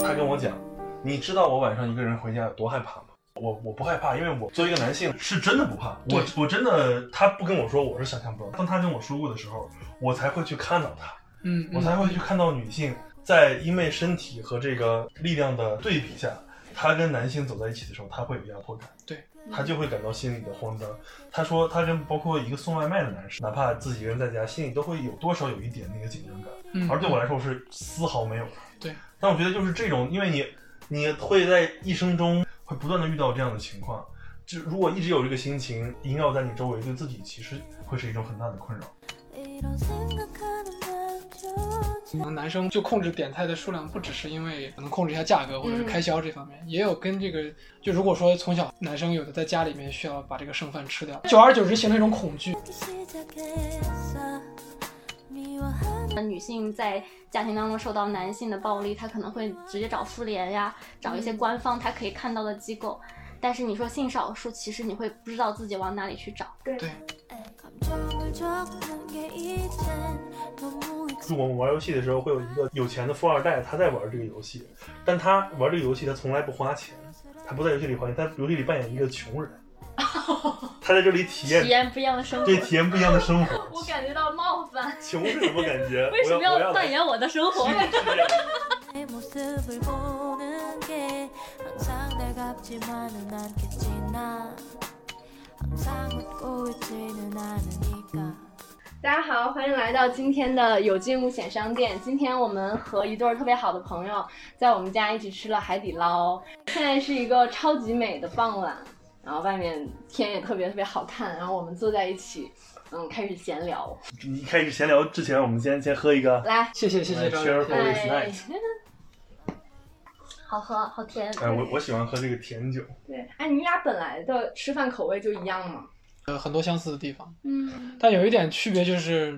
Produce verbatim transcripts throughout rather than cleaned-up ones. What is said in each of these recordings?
他跟我讲，你知道我晚上一个人回家有多害怕吗？我我不害怕，因为我作为一个男性是真的不怕。我我真的，他不跟我说，我是想象不到。当他跟我说过的时候，我才会去看到他， 嗯， 我才会去看到女性在因为身体和这个力量的对比下，她跟男性走在一起的时候，她会有压迫感。 对。 他就会感到心里的慌张。他说他跟包括一个送外卖的男士，哪怕自己一个人在家，心里都会有多少有一点那个紧张感， 嗯， 而对我来说是丝毫没有的。 对， 但我觉得就是这种，因为你你会在一生中会不断的遇到这样的情况，就如果一直有这个心情萦绕在你周围，对自己其实会是一种很大的困扰。 可能男生就控制点菜的数量，不只是因为可能控制一下价格或者是开销这方面，嗯、也有跟这个，就如果说从小男生有的在家里面需要把这个剩饭吃掉，久而久之形成一种恐惧。 女性在家庭当中受到男性的暴力，她可能会直接找妇联呀，找一些官方她可以看到的机构。但是你说性少数，其实你会不知道自己往哪里去找。 对。 就我们玩游戏的时候，会有一个有钱的富二代，他在玩这个游戏，但他玩这个游戏他从来不花钱，他不在游戏里花钱，他在游戏里扮演一个穷人，他在这里体验体验不一样的生活， 对，体验不一样的生活。 我感觉到冒犯。 穷是什么感觉？ 为什么要扮演我的生活？大家好，欢迎来到今天的有机物显商店。今天我们和一对特别好的朋友在我们家一起吃了海底捞。现在是一个超级美的傍晚，然后外面天也特别特别好看，然后我们坐在一起，嗯，开始闲聊。 你开始闲聊之前，我们先先喝一个。 来， 谢谢谢谢张姐。 哎，好喝，好甜。 哎，我我喜欢喝这个甜酒。 对，哎，你俩本来的吃饭口味就一样吗？ 呃，很多相似的地方， 嗯， 但有一点区别就是，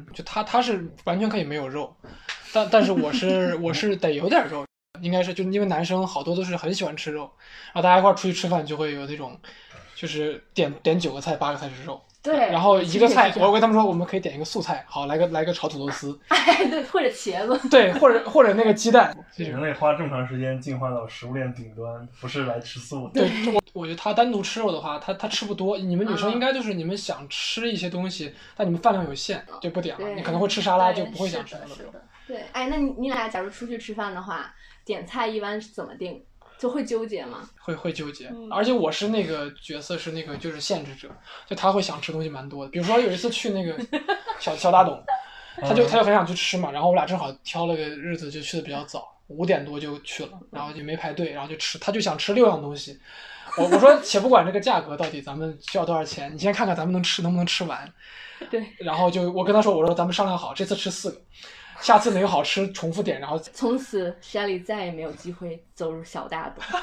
就他他是完全可以没有肉，但但是我是我是得有点肉，应该是就是因为男生好多都是很喜欢吃肉，然后大家一块出去吃饭就会有那种，就是点点九个菜八个菜是肉。 对， 然后一个菜，我跟他们说，我们可以点一个素菜，好，来个来个炒土豆丝， 哎，对，或者茄子， 对，或者或者那个鸡蛋。 人类花这么长时间进化到食物链顶端，不是来吃素的。 对，我我觉得他单独吃肉的话，他他吃不多。你们女生应该就是你们想吃一些东西，嗯、但你们饭量有限，就不点了。你可能会吃沙拉，就不会想吃那么多。 对，哎，那你你俩假如出去吃饭的话，点菜一般怎么定？就会纠结吗？ 会会纠结、嗯，而且我是那个角色是那个就是限制者，就他会想吃东西蛮多的。比如说有一次去那个小小大董，他就他就很想去吃嘛，然后我俩正好挑了个日子就去的比较早，五点多就去了，然后也没排队，然后就吃，他就想吃六样东西。我我说且不管这个价格到底咱们需要多少钱，你先看看咱们能吃能不能吃完。 对， 然后就我跟他说，我说咱们商量好，这次吃四个。下次哪个好吃重复点，然后从此Shelly再也没有机会走入小大董。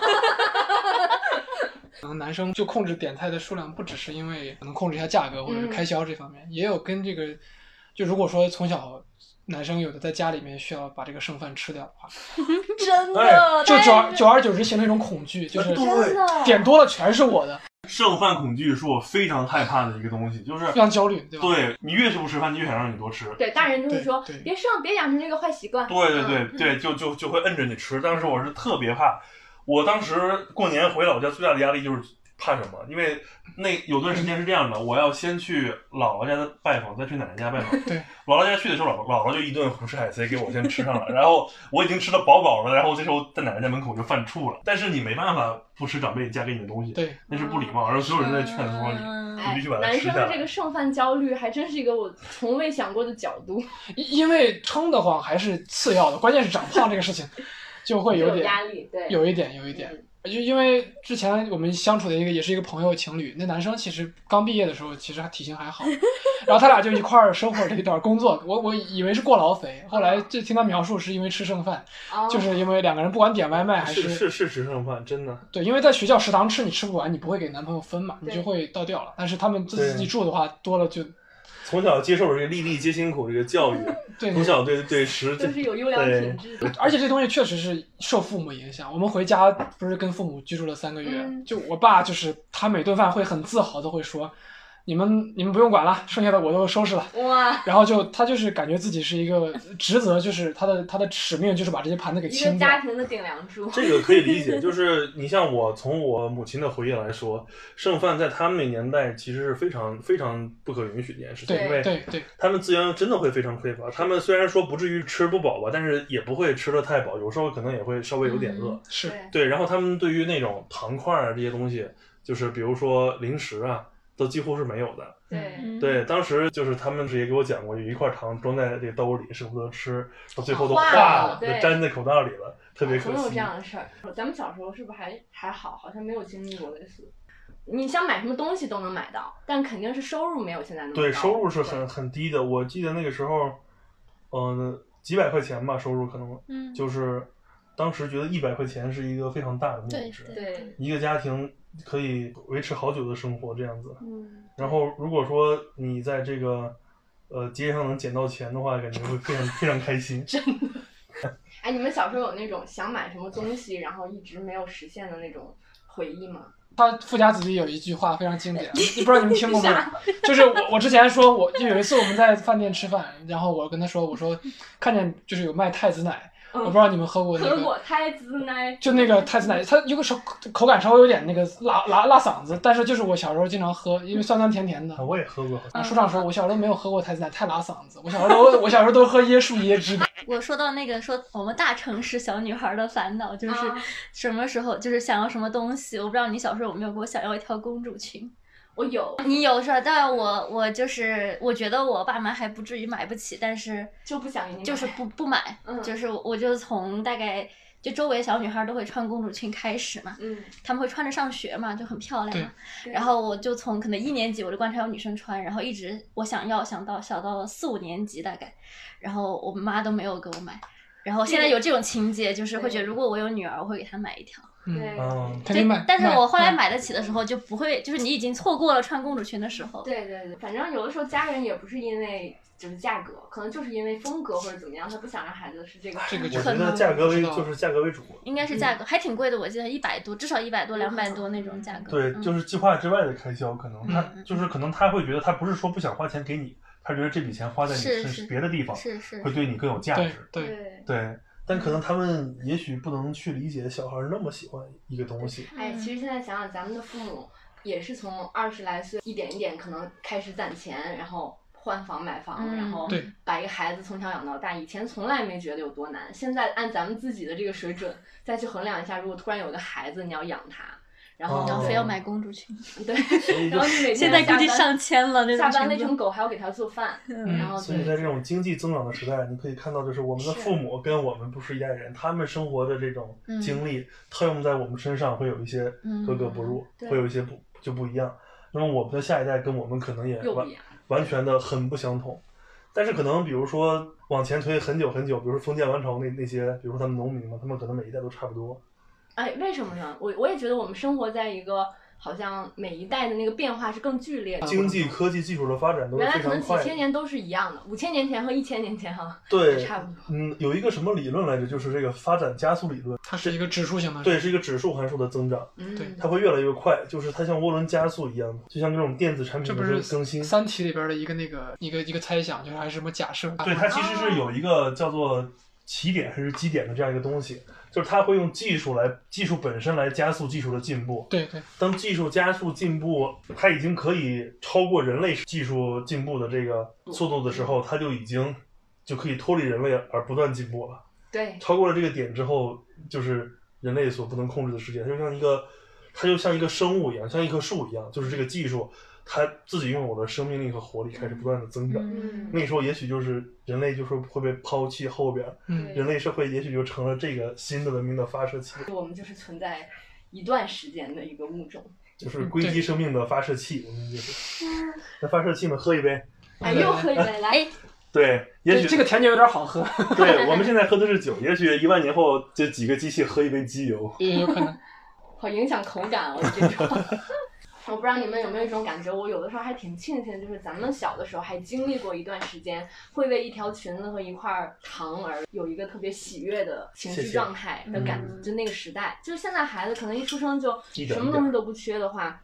可能男生就控制点菜的数量，不只是因为可能控制一下价格或者是开销这方面，嗯、也有跟这个，就如果说从小男生有的在家里面需要把这个剩饭吃掉的话， 真的， 就久而久而久之形成一种恐惧，就是点多了全是我的。 剩饭恐惧是我非常害怕的一个东西，就是非常焦虑，对吧？ 对，你越是不吃饭，你越想让你多吃。 对，大人就会说别剩，别养成这个坏习惯。 对对对、嗯、对，就就就会摁着你吃。但是我是特别怕，我当时过年回老家最大的压力就是怕什么？因为那有段时间是这样的，我要先去姥姥家的拜访，再去奶奶家拜访。 对， 姥姥家去的时候，姥姥姥姥就一顿胡吃海塞给我先吃上了，然后我已经吃得饱饱了，然后这时候在奶奶家门口就犯怵了。但是你没办法不吃长辈夹给你的东西， 对， 那是不礼貌，然后所有人在劝说你， 嗯、 你必须把它吃下来。 男生的这个剩饭焦虑还真是一个我从未想过的角度。 因为撑得慌还是次要的，关键是长胖这个事情就会有点有压力，对， 有一点有一点。嗯，就因为之前我们相处的一个也是一个朋友情侣，那男生其实刚毕业的时候其实体型还好，然后他俩就一块儿生活了一段工作，我我以为是过劳肥，后来就听他描述是因为吃剩饭， 哦、 就是因为两个人不管点外卖还是是是是吃剩饭，真的。 对，因为在学校食堂吃你吃不完，你不会给男朋友分嘛，你就会倒掉了。但是他们自己住的话多了就。 从小接受这个粒粒皆辛苦这个教育， 对， 从小对对食都是有优良品质的。 而且这东西确实是受父母影响。我们回家不是跟父母居住了三个月， 嗯、 就我爸就是他每顿饭会很自豪的会说， 你们你们不用管了，剩下的我都收拾了。 哇！ 然后就他就是感觉自己是一个职责，就是他的他的使命就是把这些盘子给一个清掉。 家庭的顶梁柱。 这个可以理解，就是你像我从我母亲的回忆来说，剩饭在他们那年代其实是非常非常不可允许的一件事情， 对因为对对， 他们资源真的会非常匮乏。他们虽然说不至于吃不饱吧，但是也不会吃得太饱，有时候可能也会稍微有点饿。 嗯、是对， 对，然后他们对于那种糖块啊这些东西，就是比如说零食啊，都几乎是没有的。 对， 嗯、 对，当时就是他们也给我讲过，有一块糖装在这个兜里，舍不得吃，到最后都化了，就粘在口袋里了，特别可惜。 总有这样的事儿。咱们小时候是不是还还好，好像没有经历过类似。你想买什么东西都能买到，但肯定是收入没有现在那么高。 对，收入是很很低的。我记得那个时候，嗯、呃，几百块钱吧，收入可能， 嗯， 就是当时觉得一百块钱是一个非常大的物质， 对， 一个家庭可以维持好久的生活这样子。 嗯。 然后如果说你在这个呃街上能捡到钱的话，感觉会非常非常开心。 真的。哎，你们小时候有那种想买什么东西，然后一直没有实现的那种回忆吗？ 他富家子弟有一句话非常经典，不知道你们听过没有？就是我我之前说，我就有一次我们在饭店吃饭，然后我跟他说，我说看见就是有卖太子奶。 嗯、 我不知道你们喝过那个， 喝过太子奶， 就那个太子奶，它有个手口感稍微有点那个辣辣辣嗓子，但是就是我小时候经常喝，因为酸酸甜甜的。 啊、我也喝过。 啊，书上说我小时候没有喝过太子奶，太辣嗓子。我小时候都我小时候都喝椰树椰汁的。 我说到那个说我们大城市小女孩的烦恼，就是什么时候就是想要什么东西，我不知道你小时候有没有过想要一条公主裙。 我有， 你有是吧？但我我就是我觉得我爸妈还不至于买不起，但是就不想给你买， 就是不不买， 嗯、 就是我就从大概就周围小女孩都会穿公主裙开始嘛， 嗯， 她们会穿着上学嘛，就很漂亮嘛。然后我就从可能一年级我就观察有女生穿，然后一直我想要想到小到四五年级大概，然后我妈都没有给我买。然后现在有这种情节，就是会觉得如果我有女儿，我会给她买一条。 对， 嗯， 肯定买。 但是我后来买得起的时候，就不会，就是你已经错过了穿公主裙的时候。 对对对，反正有的时候家人也不是因为就是价格，可能就是因为风格或者怎么样，他不想让孩子是这个。 这个我觉得价格为就是价格为主。 应该是价格，还挺贵的，我记得一百多，至少一百多、两百多那种价格。 对， 嗯、 就是计划之外的开销，可能他、 嗯、 就是可能他会觉得他不是说不想花钱给你，他觉得这笔钱花在你身别的地方， 是是会对你更有价值。 对对对。但可能他们也许不能去理解小孩那么喜欢一个东西。 哎，其实现在想想，咱们的父母也是从二十来岁一点一点可能开始攒钱，然后换房买房， 嗯、 然后把一个孩子从小养到大。以前从来没觉得有多难，现在按咱们自己的这个水准再去衡量一下，如果突然有个孩子，你要养他。然后， 然后非要买公主裙， 对，然后你每天现在估计上千了， 下班喂成狗还要给它做饭， 嗯、 然后所以在这种经济增长的时代，你可以看到，就是我们的父母跟我们不是一代人，他们生活的这种经历套用在我们身上会有一些格格不入， 嗯、 会有一些不就不一样。那么我们的下一代跟我们可能也完完全的很不相同。但是可能比如说往前推很久很久，比如说封建王朝那那些，比如说他们农民嘛，他们可能每一代都差不多。 哎，为什么呢？我我也觉得我们生活在一个好像每一代的那个变化是更剧烈的， 经济、科技、技术的发展都是非常快的。 原来可能几千年都是一样的，五千年前和一千年前哈， 对， 差不多。 嗯，有一个什么理论来着？就是这个发展加速理论， 它是一个指数型的， 对，是一个指数函数的增长， 嗯， 对， 它会越来越快，就是它像涡轮加速一样，就像这种电子产品的更新。 《三体》里边的一个那个一个一个猜想，就是还是什么假设？ 对，它其实是有一个叫做起点还是基点的这样一个东西。就是它会用技术来，技术本身来加速技术的进步。 对对。 当技术加速进步，它已经可以超过人类技术进步的这个速度的时候，它就已经就可以脱离人类而不断进步了。 对。 超过了这个点之后，就是人类所不能控制的世界。它就像一个，它就像一个生物一样，像一棵树一样，就是这个技术。它自己拥有的生命力和活力开始不断的增长， 嗯、 那个时候也许就是人类就是会被抛弃后边， 嗯、 人类社会也许就成了这个新的文明的发射器。 我们就是存在一段时间的一个物种， 就是硅基生命的发射器，我们就是。那发射器呢？喝一杯。 哎，又喝一杯，来。 对，也许这个甜酒有点好喝。 对，我们现在喝的是酒，也许一万年后这几个机器喝一杯机油， 也有可能。 好影响口感哦，这种。我不知道你们有没有一种感觉，我有的时候还挺庆幸，就是咱们小的时候还经历过一段时间，会为一条裙子和一块糖而有一个特别喜悦的情绪状态的感觉。 嗯、 就那个时代，就是现在孩子可能一出生就什么东西都不缺的话，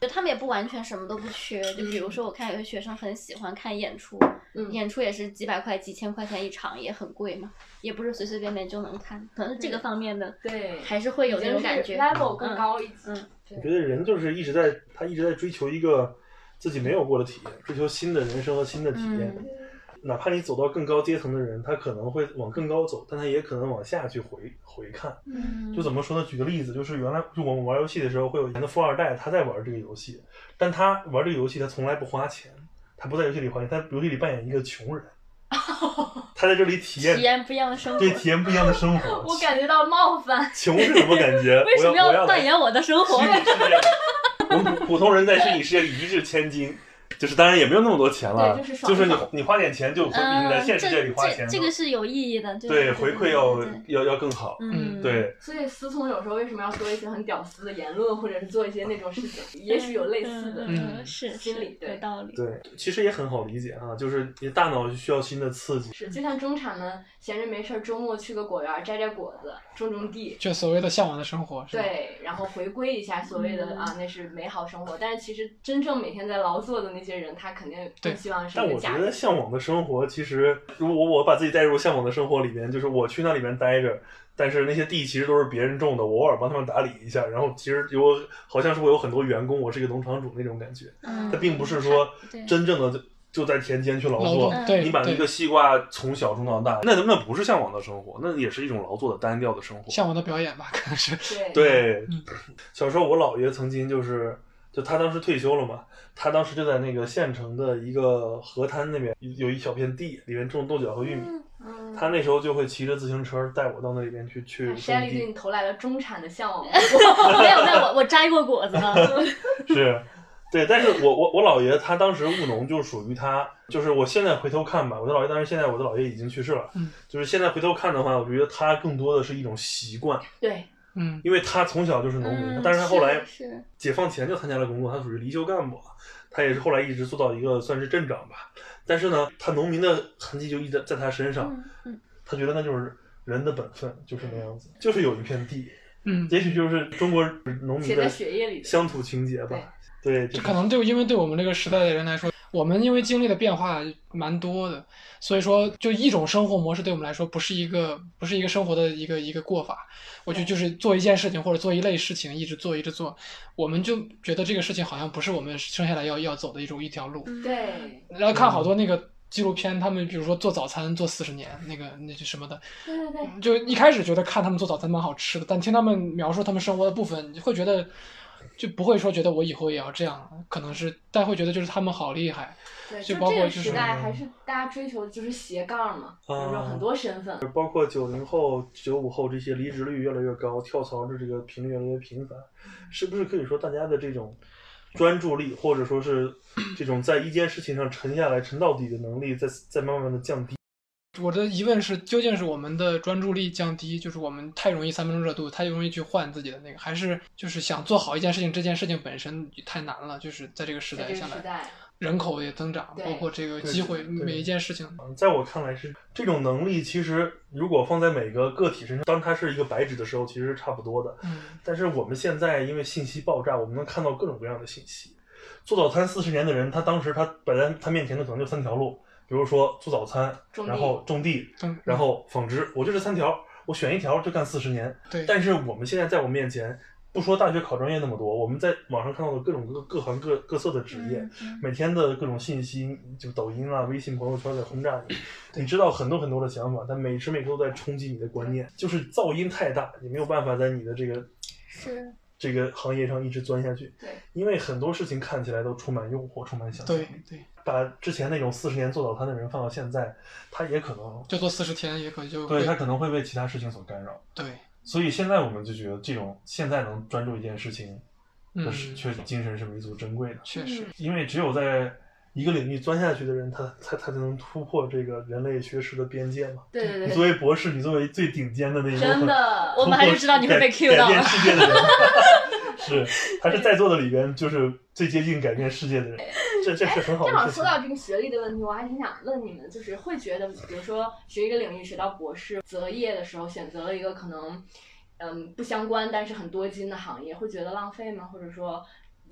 他们也不完全什么都不缺，就比如说我看有些学生很喜欢看演出， 嗯、 演出也是几百块几千块钱一场，也很贵嘛，也不是随随便便就能看，可能这个方面的对还是会有那种感觉 level 更高一级。 嗯，嗯我觉得人就是一直在他一直在追求一个自己没有过的体验，追求新的人生和新的体验。 嗯哪怕你走到更高阶层的人，他可能会往更高走，但他也可能往下去回回看。 嗯， 就怎么说呢？举个例子，就是原来就我们玩游戏的时候，会有以前的富二代，他在玩这个游戏，但他玩这个游戏他从来不花钱，他不在游戏里花钱，他在游戏里扮演一个穷人，他在这里体验体验不一样的生活， 对，体验不一样的生活。 我感觉到冒犯。 穷是什么感觉？ 为什么我要我要扮演我的生活？ 我们普通人在虚拟世界里一掷千金。就是当然也没有那么多钱了， 对，就是爽就是你你花点钱就会比你在现实世界里花钱、 嗯这，这个是有意义的， 对， 对回馈要要要更好， 嗯， 对。 所以思聪有时候为什么要说一些很屌丝的言论，或者是做一些那种事情，也许有类似的嗯是心理， 有道理。 对，其实也很好理解啊，就是你大脑需要新的刺激。 是，就像中产们闲着没事周末去个果园摘摘果子，种种地， 就所谓的向往的生活。 对，然后回归一下所谓的、嗯、啊，那是美好生活。但是其实真正每天在劳作的那些人，他肯定更希望是但我觉得向往的生活，其实如果我把自己带入向往的生活里面，就是我去那里面待着，但是那些地其实都是别人种的，我偶尔帮他们打理一下，然后其实有好像是我有很多员工，我是一个农场主那种感觉。 嗯， 它并不是说真正的就在田间去劳作， 对， 你把那个西瓜从小种到大，那那不是向往的生活，那也是一种劳作的单调的生活。 向往的表演吧，可能是。 对， 对嗯、 小时候我姥爷曾经就是。就他当时退休了嘛，他当时就在那个县城的一个河滩那边有一小片地，里面种豆角和玉米。 嗯， 他那时候就会骑着自行车带我到那里边去去。 山里对你投来了中产的向往。 没有没有，我我摘过果子呢。 是，对，但是我我我姥爷他当时务农就属于他，就是我现在回头看吧，我的姥爷当然现在我的姥爷已经去世了， 嗯， 就是现在回头看的话，我觉得他更多的是一种习惯。 对。 嗯， 因为他从小就是农民， 嗯、 但是他后来是解放前就参加了工作，他属于离休干部，他也是后来一直做到一个算是镇长吧。但是呢，他农民的痕迹就一直在他身上， 嗯嗯、 他觉得那就是人的本分，就是那样子，就是有一片地， 嗯， 也许就是中国农民的血液里乡土情节吧。对， 这可能对，因为对我们这个时代的人来说，我们因为经历的变化蛮多的，所以说就一种生活模式对我们来说不是一个不是一个生活的一个一个过法。我就就是做一件事情或者做一类事情，一直做一直做，我们就觉得这个事情好像不是我们生下来要要走的一种一条路。 对。 然后看好多那个纪录片，他们比如说做早餐做四十年，那个那就什么的。 对对对。 就一开始觉得看他们做早餐蛮好吃的，但听他们描述他们生活的部分，你会觉得。就不会说觉得我以后也要这样，可能是但会觉得就是他们好厉害。 对， 就包括就是这个时代还是大家追求的就是斜杠嘛，比如说很多身份。 包括九零后、九五后这些离职率越来越高，跳槽的这个频率越来越频繁，是不是可以说大家的这种专注力，或者说是这种在一件事情上沉下来、沉到底的能力，在在慢慢的降低？ 我的疑问是，究竟是我们的专注力降低，就是我们太容易三分钟热度，太容易去换自己的那个，还是就是想做好一件事情，这件事情本身太难了，就是在这个时代下来，人口也增长，包括这个机会，每一件事情。 在我看来是这种能力，其实如果放在每个个体身上，当它是一个白纸的时候，其实是差不多的。 嗯。 但是我们现在因为信息爆炸，我们能看到各种各样的信息。做早餐四十年的人，他当时他摆在他面前的可能就三条路。比如说做早餐，然后种地，然后纺织，我就这三条，我选一条就干四十年。 对。 但是我们现在在我面前，不说大学考专业那么多，我们在网上看到的各种各各行各各色的职业， 嗯、 每天的各种信息，就抖音啊、微信朋友圈在轰炸你，你知道很多很多的想法，但每时每刻都在冲击你的观念，就是噪音太大，你没有办法在你的这个是这个行业上一直钻下去。 对。 因为很多事情看起来都充满诱惑，充满想象力。 对对。 把之前那种四十年做早餐的人放到现在，他也可能就做四十天，也可就对他可能会被其他事情所干扰。 对， 所以现在我们就觉得这种现在能专注一件事情的是， 嗯、 确实精神是弥足珍贵的。 确实， 因为只有在一个领域钻下去的人，他他他才能突破这个人类学识的边界嘛。 对对对。 你作为博士，你作为最顶尖的那一部分， 真的， 我们还是知道你会被 Q 到改变世界的人。是，还是在座的里边就是最接近改变世界的人，这这是很好的事情。 正好说到这个学历的问题，我还挺想问你们，就是会觉得，比如说学一个领域学到博士，择业的时候选择了一个可能，嗯，不相关但是很多金的行业，会觉得浪费吗？或者说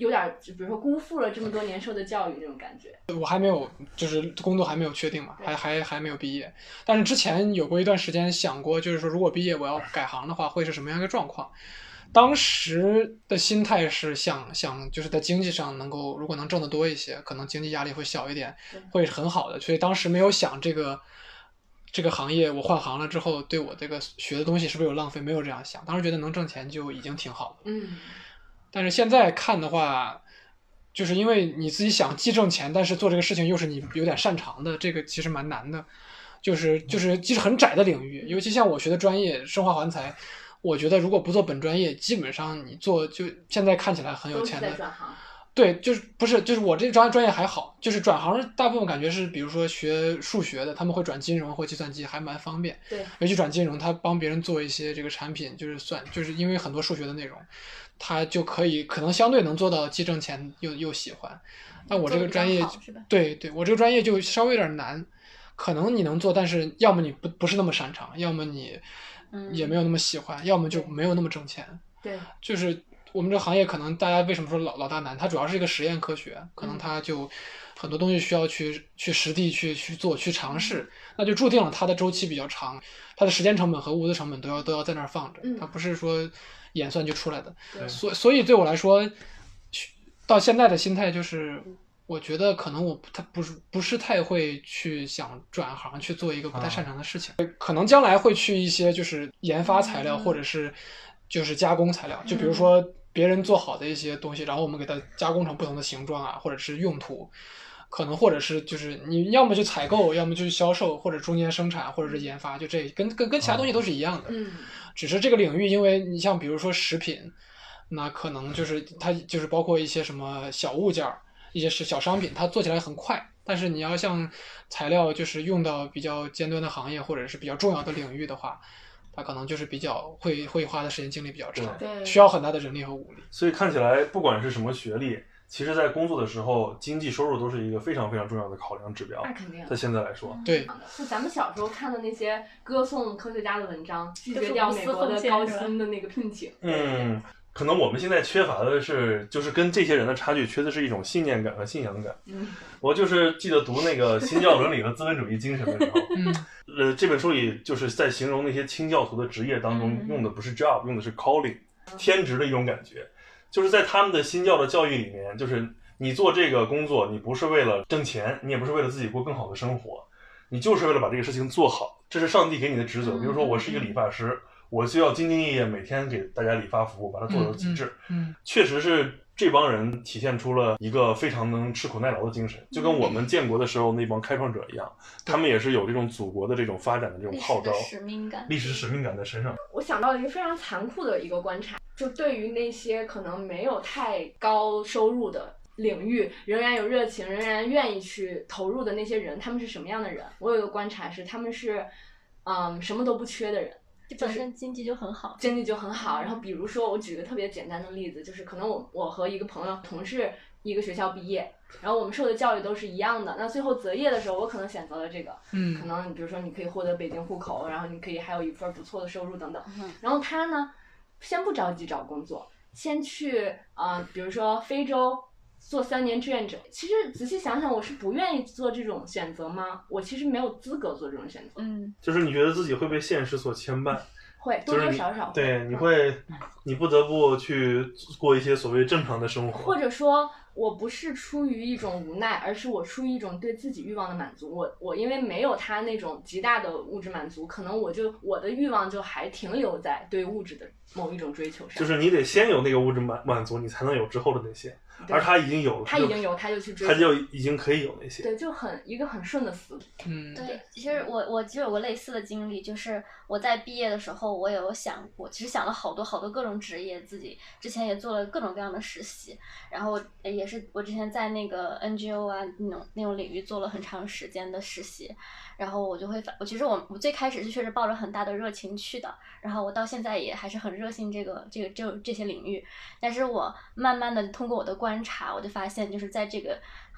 有点比如说辜负了这么多年受的教育那种感觉。 我还没有，就是工作还没有确定嘛，还还还没有毕业。但是之前有过一段时间想过，就是说如果毕业我要改行的话，会是什么样一个状况？当时的心态是想想就是在经济上能够，如果能挣得多一些，可能经济压力会小一点，会是很好的。所以当时没有想这个这个行业，我换行了之后对我这个学的东西是不是有浪费，没有这样想。当时觉得能挣钱就已经挺好了。 嗯。 但是现在看的话，就是因为你自己想既挣钱，但是做这个事情又是你有点擅长的，这个其实蛮难的。就是就是其实很窄的领域，尤其像我学的专业生化环材，我觉得如果不做本专业，基本上你做就现在看起来很有钱的。 都是在转行。对， 就是不是就是我这专专业还好，就是转行大部分感觉是比如说学数学的，他们会转金融或计算机，还蛮方便。 对， 尤其转金融，他帮别人做一些这个产品，就是算就是因为很多数学的内容，他就可以可能相对能做到既挣钱又又喜欢。那我这个专业，对对，我这个专业就稍微有点难，可能你能做，但是要么你不不是那么擅长，要么你也没有那么喜欢，嗯、要么就没有那么挣钱。 对， 就是我们这个行业可能大家为什么说老老大难，它主要是一个实验科学，可能它就很多东西需要去去实地去去做去尝试，那就注定了它的周期比较长，它的时间成本和物资成本都要都要在那儿放着，它不是说演算就出来的。所所以对我来说，到现在的心态就是，我觉得可能我他不是不是太会去想转行去做一个不太擅长的事情，啊、可能将来会去一些就是研发材料、嗯、或者是就是加工材料，就比如说别人做好的一些东西，然后我们给它加工成不同的形状啊，或者是用途。可能或者是就是你要么就采购，要么就去销售，或者中间生产，或者是研发，就这跟跟跟其他东西都是一样的。 嗯， 只是这个领域，因为你像比如说食品，那可能就是它就是包括一些什么小物件，一些是小商品，它做起来很快。但是你要像材料，就是用到比较尖端的行业或者是比较重要的领域的话，它可能就是比较会会花的时间精力比较长，需要很大的人力和物力。 所以看起来，不管是什么学历。其实，在工作的时候，经济收入都是一个非常非常重要的考量指标。 那肯定。 在现在来说， 对， 就咱们小时候看的那些歌颂科学家的文章，拒绝掉美国的高薪的那个聘请。 嗯，可能我们现在缺乏的是，就是跟这些人的差距，缺的是一种信念感和信仰感。 嗯， 我就是记得读那个《新教伦理和资本主义精神》的时候， 嗯， 呃，这本书里就是在形容那些清教徒的职业当中，用的不是 job， 用的是 calling， 天职的一种感觉。就是在他们的新教的教育里面，就是你做这个工作，你不是为了挣钱，你也不是为了自己过更好的生活，你就是为了把这个事情做好，这是上帝给你的职责。比如说我是一个理发师，我就要兢兢业业每天给大家理发服务，把它做到极致。 嗯，嗯确实是这帮人体现出了一个非常能吃苦耐劳的精神，就跟我们建国的时候那帮开创者一样，他们也是有这种祖国的这种发展的这种号召， 使命感， 历史使命感在身上。 我想到了一个非常残酷的一个观察。就对于那些可能没有太高收入的领域，仍然有热情，仍然愿意去投入的那些人，他们是什么样的人？我有一个观察是，他们是，嗯，什么都不缺的人， 就本身经济就很好， 经济就很好。然后比如说，我举个特别简单的例子，就是可能我我和一个朋友同是一个学校毕业，然后我们受的教育都是一样的。那最后择业的时候，我可能选择了这个， 嗯， 可能比如说你可以获得北京户口，然后你可以还有一份不错的收入等等。嗯、然后他呢？先不着急找工作，先去啊、呃，比如说非洲做三年志愿者。其实仔细想想，我是不愿意做这种选择吗？我其实没有资格做这种选择。 嗯， 就是你觉得自己会被现实所牵绊， 会多多少少会。 对，你会，你不得不去过一些所谓正常的生活， 或者说。我不是出于一种无奈，而是我出于一种对自己欲望的满足。我我因为没有他那种极大的物质满足，可能我就我的欲望就还停留在对物质的某一种追求上。 就是你得先有那个物质满满足，你才能有之后的那些。而他已经有了， 他已经有，他就去追求， 他就已经可以有那些。 对，就很一个很顺的思路。 嗯， 对。其实我我就有个类似的经历，就是我在毕业的时候，我也有想过，其实想了好多好多各种职业，自己之前也做了各种各样的实习，然后也是我之前在那个 N G O 啊那种那种领域做了很长时间的实习，然后我就会我其实我我最开始是确实抱着很大的热情去的，然后我到现在也还是很热心这个这个这这些领域，但是我慢慢的通过我的观察，我就发现就是在这个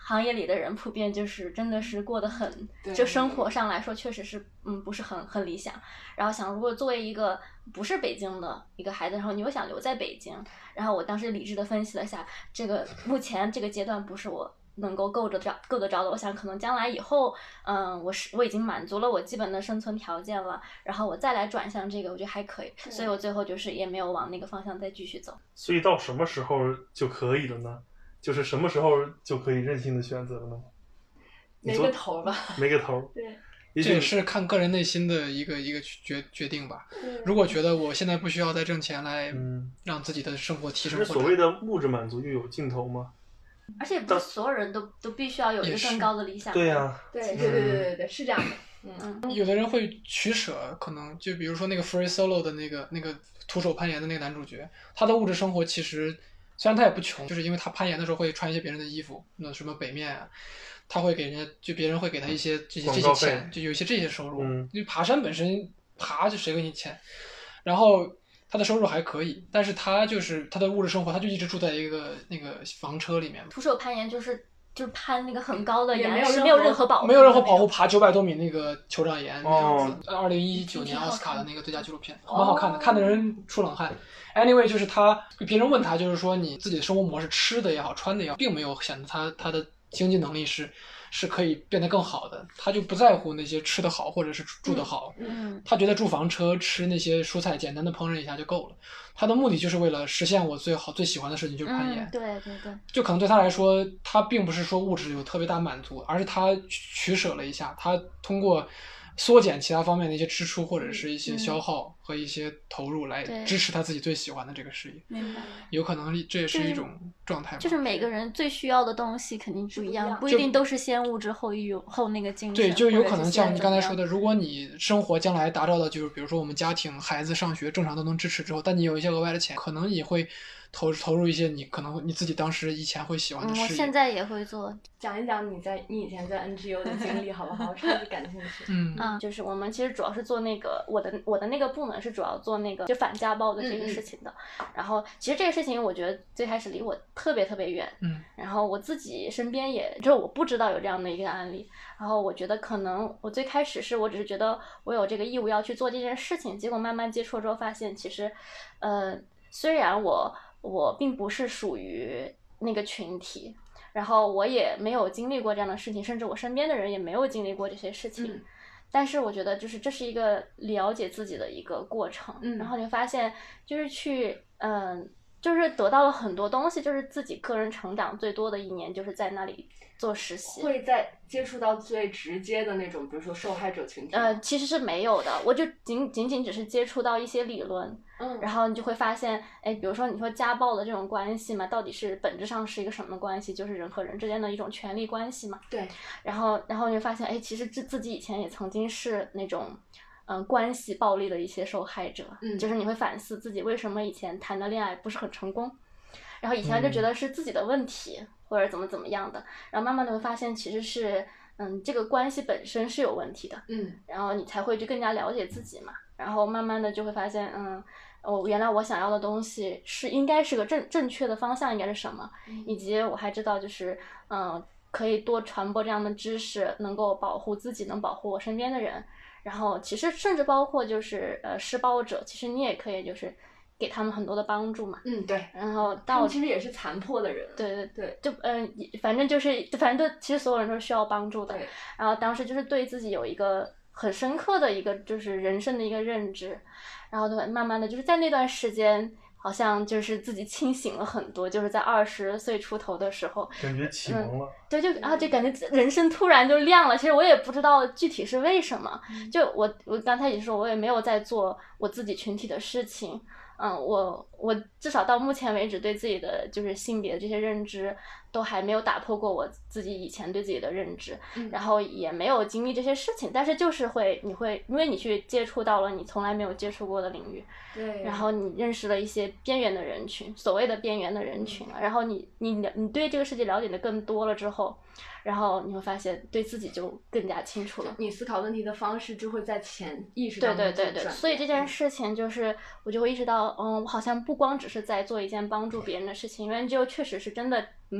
行业里的人普遍就是真的是过得很，就生活上来说确实是嗯不是很很理想。然后想如果作为一个不是北京的一个孩子，然后你又想留在北京，然后我当时理智的分析了一下，这个目前这个阶段不是我能够够得着够得着的。我想可能将来以后，嗯，我是我已经满足了我基本的生存条件了，然后我再来转向这个，我觉得还可以。所以我最后就是也没有往那个方向再继续走。 所以到什么时候就可以了呢？就是什么时候就可以任性的选择了呢？ 没个头吧？ 没个头。 对。 这也是看个人内心的一个一个决决定吧。如果觉得我现在不需要再挣钱来让自己的生活提升， 其实所谓的物质满足又有尽头吗？ 而且不是所有人都都必须要有一个更高的理想。 对呀、啊， 对对对对对对，是这样的。 嗯，有的人会取舍，可能就比如说那个 Free Solo 的那个那个徒手攀岩的那个男主角，他的物质生活其实虽然他也不穷，就是因为他攀岩的时候会穿一些别人的衣服，那什么北面啊。他会给人家，就别人会给他一些这些这些钱，就有一些这些收入。 嗯， 因为爬山本身爬就谁给你钱，然后他的收入还可以，但是他就是他的物质生活，他就一直住在一个那个房车里面。 徒手攀岩就是就是攀那个很高的岩石， 没有任何保护， 没有任何保护，爬九百多米那个酋长岩。 哦， 二零一九年奥斯卡的那个最佳纪录片，蛮好看的，看的人出冷汗。Anyway， 就是他，别人问他，就是说你自己的生活模式，吃的也好，穿的也好，并没有显得他他的经济能力是是可以变得更好的，他就不在乎那些吃得好或者是住得好， 嗯， 他觉得住房车吃那些蔬菜简单的烹饪一下就够了。他的目的就是为了实现我最好最喜欢的事情，就是攀岩。 嗯、对对对， 就可能对他来说，他并不是说物质有特别大满足，而是他取舍了一下，他通过缩减其他方面的一些支出或者是一些消耗和一些投入来支持他自己最喜欢的这个事业。 明白。 有可能这也是一种状态吧。 就是每个人最需要的东西肯定不一样，不一定都是先物质后有后那个精神。 对，就有可能像你刚才说的，如果你生活将来达到的就是比如说我们家庭孩子上学正常都能支持之后，但你有一些额外的钱，可能也会投投入一些你可能你自己当时以前会喜欢的事业。 嗯，我现在也会做。 讲一讲你在你以前在 N G O 的经历好不好？我超级感兴趣。 嗯啊，就是我们其实主要是做那个我的我的那个部门是主要做那个就反家暴的这个事情的。 嗯、 然后其实这个事情我觉得最开始离我特别特别远。 嗯。 然后我自己身边也就是我不知道有这样的一个案例。然后我觉得可能我最开始是我只是觉得我有这个义务要去做这件事情，结果慢慢接触之后发现，其实，呃，虽然我我并不是属于那个群体。然后我也没有经历过这样的事情，甚至我身边的人也没有经历过这些事情。 嗯、 但是我觉得，就是这是一个了解自己的一个过程。 嗯、 然后你发现，就是去，嗯、呃，就是得到了很多东西，就是自己个人成长最多的一年，就是在那里做实习。 会在接触到最直接的那种，比如说受害者群体。 呃，其实是没有的，我就仅仅仅只是接触到一些理论。 嗯， 然后你就会发现，哎，比如说你说家暴的这种关系嘛，到底是本质上是一个什么关系？就是人和人之间的一种权力关系嘛。 对。 然后，然后你就发现，哎，其实自自己以前也曾经是那种，嗯、呃，关系暴力的一些受害者。 嗯。 就是你会反思自己为什么以前谈的恋爱不是很成功，然后以前就觉得是自己的问题、嗯、或者怎么怎么样的，然后慢慢的会发现其实是，嗯，这个关系本身是有问题的。 嗯。 然后你才会就更加了解自己嘛。然后慢慢的就会发现，嗯。哦，原来我想要的东西是应该是个正正确的方向应该是什么， 嗯、 以及我还知道就是嗯、呃，可以多传播这样的知识，能够保护自己，能保护我身边的人。然后其实甚至包括就是呃施暴者，其实你也可以就是给他们很多的帮助嘛。 嗯，对。 然后他们其实也是残破的人。 对对对， 就嗯、呃，反正就是反正都其实所有人都是需要帮助的。 对。 然后当时就是对自己有一个很深刻的一个就是人生的一个认知。然后对，慢慢的就是在那段时间，好像就是自己清醒了很多，就是在二十岁出头的时候， 感觉启蒙了。 嗯、对，就然后就感觉人生突然就亮了。其实我也不知道具体是为什么， 嗯、 就我我刚才也说，我也没有在做我自己群体的事情。嗯，我我至少到目前为止对自己的就是性别的这些认知都还没有打破过我自己以前对自己的认知， 嗯、 然后也没有经历这些事情，但是就是会你会因为你去接触到了你从来没有接触过的领域， 对， 然后你认识了一些边缘的人群，所谓的边缘的人群，嗯、然后你你你对这个世界了解的更多了之后，然后你会发现对自己就更加清楚了， 你思考问题的方式就会在潜意识当中对对对对，所以这件事情就是我就会意识到，嗯，我好像不光只是在做一件帮助别人的事情，因为就确实是真的，嗯，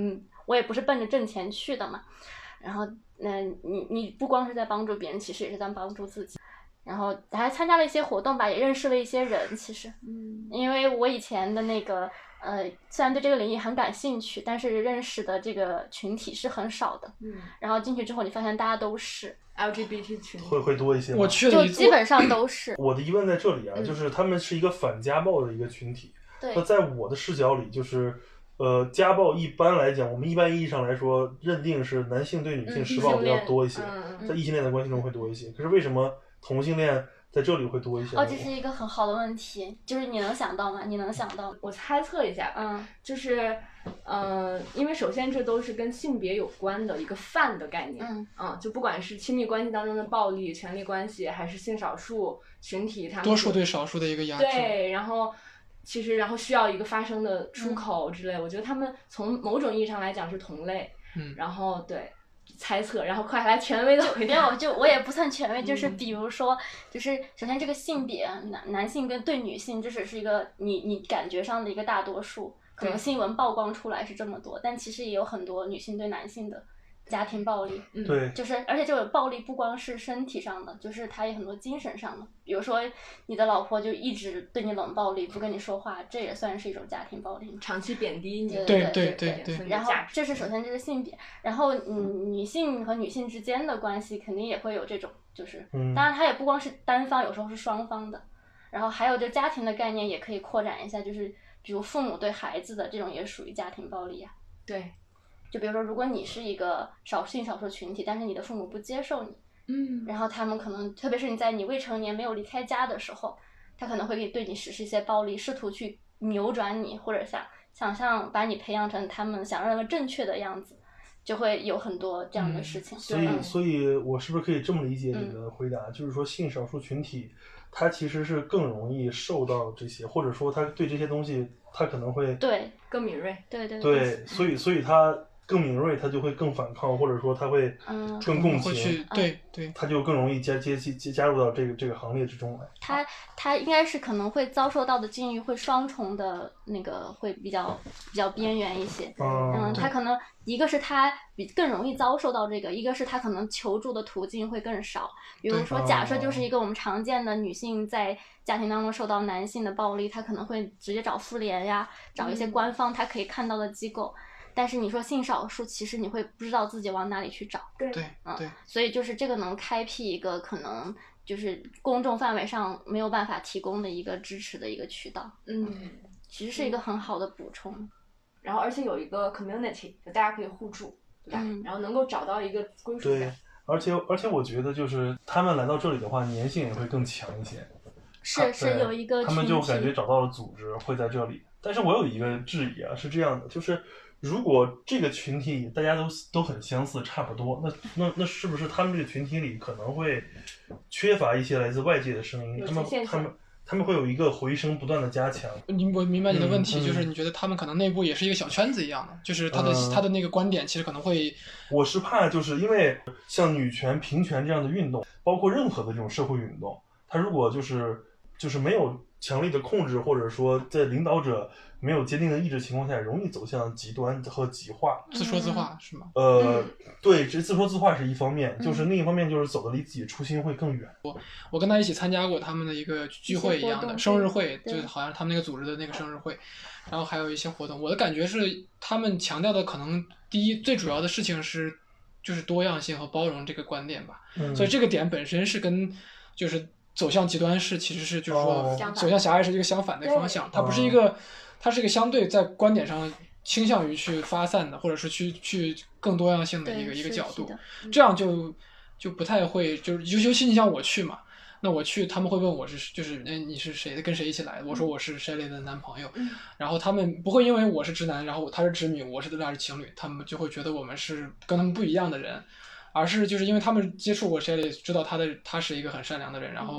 我也不是奔着挣钱去的嘛。然后，嗯、呃，你你不光是在帮助别人，其实也是在帮助自己。然后还参加了一些活动吧，也认识了一些人。其实，嗯，因为我以前的那个呃，虽然对这个领域很感兴趣，但是认识的这个群体是很少的。嗯，然后进去之后，你发现大家都是 L G B T 群， 会会多一些吗？ 我去了一就基本上都是。 我的疑问在这里啊， 嗯、 就是他们是一个反家暴的一个群体。 对。 那在我的视角里，就是呃，家暴一般来讲，我们一般意义上来说，认定是男性对女性施暴的要多一些， 嗯、 在异性恋的关系中会多一些。可是为什么同性恋在这里会多一些？ 哦，这是一个很好的问题，就是你能想到吗？你能想到？ 我猜测一下，嗯，就是，呃，因为首先这都是跟性别有关的一个泛的概念， 嗯， 嗯，就不管是亲密关系当中的暴力、权力关系，还是性少数群体，他们多数对少数的一个压制， 对，然后其实然后需要一个发声的出口之类，嗯、我觉得他们从某种意义上来讲是同类， 嗯， 然后对。猜测，然后快来权威的回答。 没有，就我也不算权威，就是比如说，就是首先这个性别，男男性跟对女性，这只是一个你你感觉上的一个大多数，可能新闻曝光出来是这么多，但其实也有很多女性对男性的家庭暴力， 嗯，对， 就是而且这种暴力不光是身体上的，就是它也很多精神上的，比如说你的老婆就一直对你冷暴力，不跟你说话，这也算是一种家庭暴力， 长期贬低你， 对对对对对。 然后这是首先这是性别，然后嗯，女性和女性之间的关系肯定也会有这种，就是， 嗯， 当然它也不光是单方，有时候是双方的，然后还有就家庭的概念也可以扩展一下，就是比如父母对孩子的这种也属于家庭暴力呀， 对。 就比如说，如果你是一个少性少数群体，但是你的父母不接受你， 嗯， 然后他们可能，特别是你在你未成年没有离开家的时候，他可能会对你实施一些暴力，试图去扭转你，或者想想象把你培养成他们想认为正确的样子，就会有很多这样的事情。 嗯、所以，所以我是不是可以这么理解你的回答？嗯、就是说，性少数群体，他其实是更容易受到这些，或者说他对这些东西，他可能会对更敏锐， 对对对，对所以，所以他。更敏锐，他就会更反抗，或者说他会更共情， 嗯、对对， 他就更容易加接加加入到这个这个行列之中来。 他他应该是可能会遭受到的境遇会双重的那个会比较比较边缘一些， 嗯， 嗯他可能一个是他比更容易遭受到这个，一个是他可能求助的途径会更少。比如说，假设就是一个我们常见的女性在家庭当中受到男性的暴力，她可能会直接找妇联呀，找一些官方她可以看到的机构。嗯但是你说性少数，其实你会不知道自己往哪里去找， 对， 嗯， 对， 所以就是这个能开辟一个可能就是公众范围上没有办法提供的一个支持的一个渠道， 嗯， 其实是一个很好的补充。 嗯、然后而且有一个 community， 就大家可以互助，对吧？ 嗯、 然后能够找到一个归属感。 对，而且而且我觉得就是他们来到这里的话，粘性也会更强一些。 是是有一个他们就感觉找到了组织会在这里。但是我有一个质疑啊，是这样的，就是如果这个群体大家都都很相似，差不多，那那那是不是他们这个群体里可能会缺乏一些来自外界的声音？他们他们他们会有一个回声不断的加强。 你我明白你的问题， 嗯、 就是你觉得他们可能内部也是一个小圈子一样的，就是他的、嗯、他的那个观点其实可能会。 我是怕就是因为像女权、平权这样的运动，包括任何的这种社会运动，它如果就是就是没有强力的控制，或者说在领导者没有坚定的意志情况下，容易走向极端和极化， 自说自话是吗？ 呃，对，这自说自话是一方面，就是另一方面就是走的离自己初心会更远。 我我跟他一起参加过他们的一个聚会一样的生日会，就是好像他们那个组织的那个生日会，然后还有一些活动。我的感觉是，他们强调的可能第一最主要的事情是就是多样性和包容这个观点吧， 嗯、 所以这个点本身是跟就是走向极端式其实是就是说、 哦、 走向狭隘是一个相反的方向，它不是一个，它是一个相对在观点上倾向于去发散的，或者是去去更多样性的一个一个角度，这样就就不太会，就是尤其你像我去嘛，那我去他们会问我是就是哎你是谁跟谁一起来的，我说我是谁的男朋友， 嗯、 然后他们不会因为我是直男，然后他是直女，我是咱俩是情侣，他们就会觉得我们是跟他们不一样的人。而是就是因为他们接触过 Shelly， 知道他的他是一个很善良的人，然后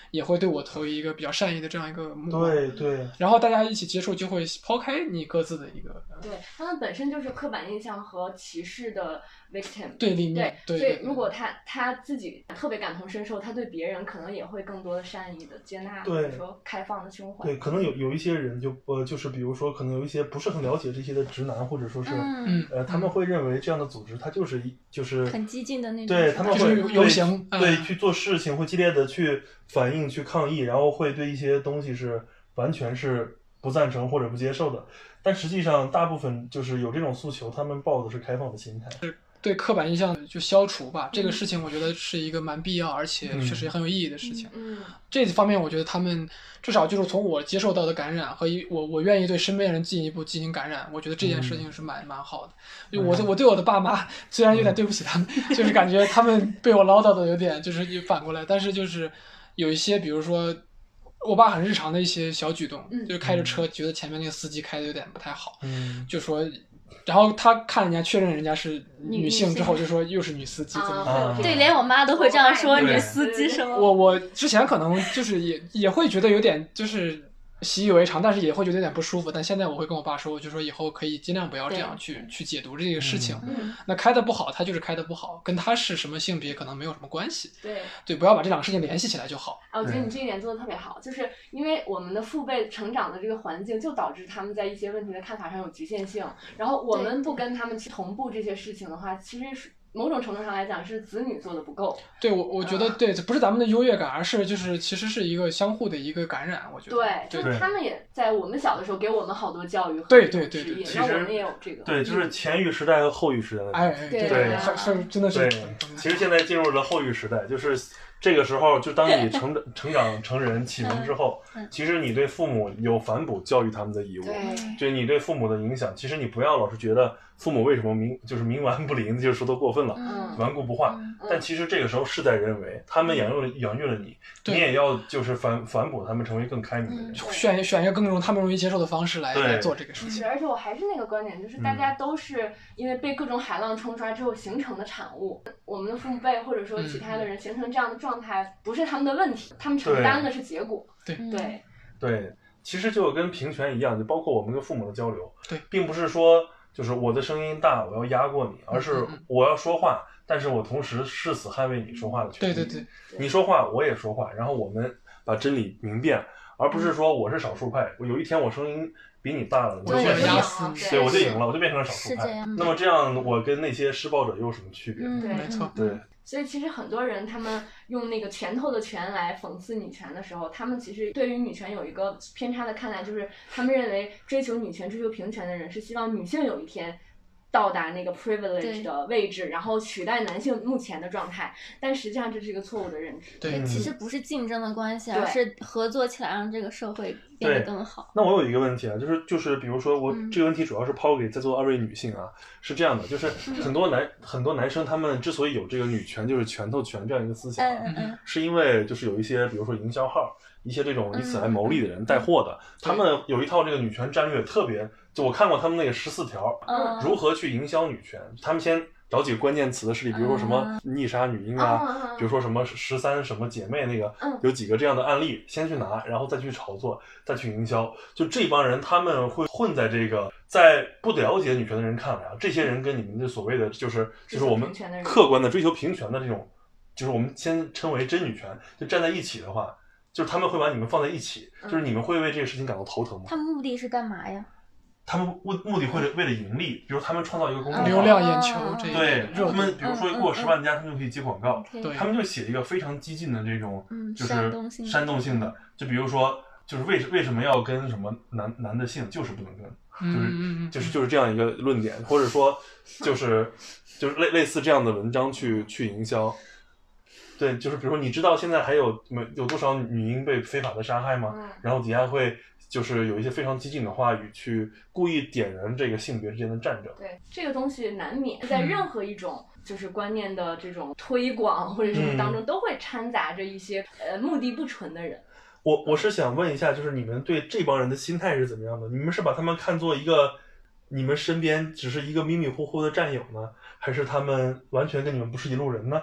也会对我投以一个比较善意的这样一个目光。 对对。 然后大家一起接触，就会抛开你各自的一个。 对，他们本身就是刻板印象和歧视的 victim 对立面。 对， 对所以如果他他自己特别感同身受，他对别人可能也会更多的善意的接纳，或者说开放的胸怀。 对，可能有有一些人就呃，就是比如说，可能有一些不是很了解这些的直男，或者说是、 嗯、 呃，他们会认为这样的组织它就是一就是很激进的那种， 对他们会就是游行， 对、嗯、对去做事情，会激烈的去反应、去抗议，然后会对一些东西是完全是不赞成或者不接受的。但实际上，大部分就是有这种诉求，他们抱的是开放的心态。 对刻板印象就消除吧，这个事情我觉得是一个蛮必要，而且确实也很有意义的事情。 嗯， 这方面我觉得他们至少就是从我接受到的感染和一我我愿意对身边人进一步进行感染，我觉得这件事情是蛮、嗯、蛮好的。就我我对我的爸妈虽然有点对不起他们，嗯、就是感觉他们被我唠叨的有点就是反过来，但是就是有一些比如说我爸很日常的一些小举动， 嗯、 就是开着车觉得前面那个司机开的有点不太好， 嗯， 就说。然后他看人家确认人家是女性之后，就说又是女司机，怎么、 啊？ 对，连我妈都会这样说女司机什么。 我我之前可能就是也也会觉得有点就是习以为常，但是也会觉得有点不舒服。但现在我会跟我爸说，我就说以后可以尽量不要这样去去解读这个事情。 嗯、 那开的不好，他就是开的不好，跟他是什么性别可能没有什么关系。 对对，不要把这两个事情联系起来就好。 啊，我觉得你这一点做的特别好，就是因为我们的父辈成长的这个环境，就导致他们在一些问题的看法上有局限性。然后我们不跟他们去同步这些事情的话，其实是。某种程度上来讲是子女做的不够。 对，我我觉得对，这不是咱们的优越感，而是就是其实是一个相互的一个感染，我觉得。 对，就是他们也在我们小的时候给我们好多教育和对对对对， 然后我们也有这个。 对，就是前育时代和后育时代的。 哎哎， 对对，是真的是。 对，其实现在进入了后育时代，就是这个时候，就当你成成长成人启蒙之后，其实你对父母有反哺教育他们的义务，对你对父母的影响，其实你不要老是觉得。父母为什么冥就是冥顽不灵，就是说的过分了， 嗯、 顽固不化、嗯。但其实这个时候事在人为，他们养育了养育了你，你也要就是反反哺他们成为更开明的人， 嗯、选选一个更容他们容易接受的方式来来做这个事情。 而且我还是那个观点，就是大家都是因为被各种海浪冲刷之后形成的产物。嗯、我们的父母辈或者说其他的人形成这样的状态，嗯、不是他们的问题，他们承担的是结果。 对对对，其实就跟平权一样，就包括我们跟父母的交流， 对， 并不是说。就是我的声音大，我要压过你，而是我要说话，嗯、但是我同时誓死捍卫你说话的权利。 对对对， 你说话我也说话，然后我们把真理明辨，而不是说我是少数派，我有一天我声音比你大了，我就变成压死你， 对，我就赢了，我就变成了少数派。那么这样，我跟那些施暴者又有什么区别？ 嗯、对， 没错， 对。 所以其实很多人他们用那个拳头的拳来讽刺女权的时候，他们其实对于女权有一个偏差的看待，就是他们认为追求女权、追求平权的人是希望女性有一天到达那个 privilege 的位置，然后取代男性目前的状态，但实际上这是一个错误的认知。 对， 其实不是竞争的关系，而是合作起来让这个社会变得更好。 那我有一个问题啊，就是就是比如说我、嗯、这个问题主要是抛给在座二位女性啊，是这样的，就是很多男、嗯、很多男生他们之所以有这个女权就是拳头拳这样一个思想、啊， 嗯嗯、 是因为就是有一些比如说营销号。一些这种以此来牟利的人、嗯、带货的，他们有一套这个女权战略，特别就我看过他们那个十四条、 嗯， 如何去营销女权。他们先找几个关键词的事例，比如说什么逆杀女婴啊， 嗯、 比如说什么十三什么姐妹那个， 嗯、 有几个这样的案例，先去拿，然后再去炒作，再去营销。就这帮人，他们会混在这个在不了解女权的人看来啊，这些人跟你们的所谓的就是就是我们客观的追求平权的这种，就是我们先称为真女权，就站在一起的话。就是他们会把你们放在一起，就是你们会为这个事情感到头疼吗？ 他们目的是干嘛呀？ 他们目目的会为了盈利，比如他们创造一个公众号， 流量眼球这个， 对，他们比如说过十万加，他们就可以接广告， 对， 他们就写一个非常激进的这种，就是煽动性煽动性的，就比如说，就是为为什么要跟什么男男的姓，就是不能跟，就是就是就是这样一个论点，或者说就是就是类类似这样的文章去去营销。对，就是比如说，你知道现在还有有多少女婴被非法的杀害吗？ 嗯、 然后底下会就是有一些非常激进的话语去故意点燃这个性别之间的战争。 对，这个东西难免在任何一种就是观念的这种推广或者什么当中，都会掺杂着一些、嗯、呃目的不纯的人。 我我是想问一下，就是你们对这帮人的心态是怎么样的？你们是把他们看作一个你们身边只是一个迷迷糊糊的战友呢，还是他们完全跟你们不是一路人呢？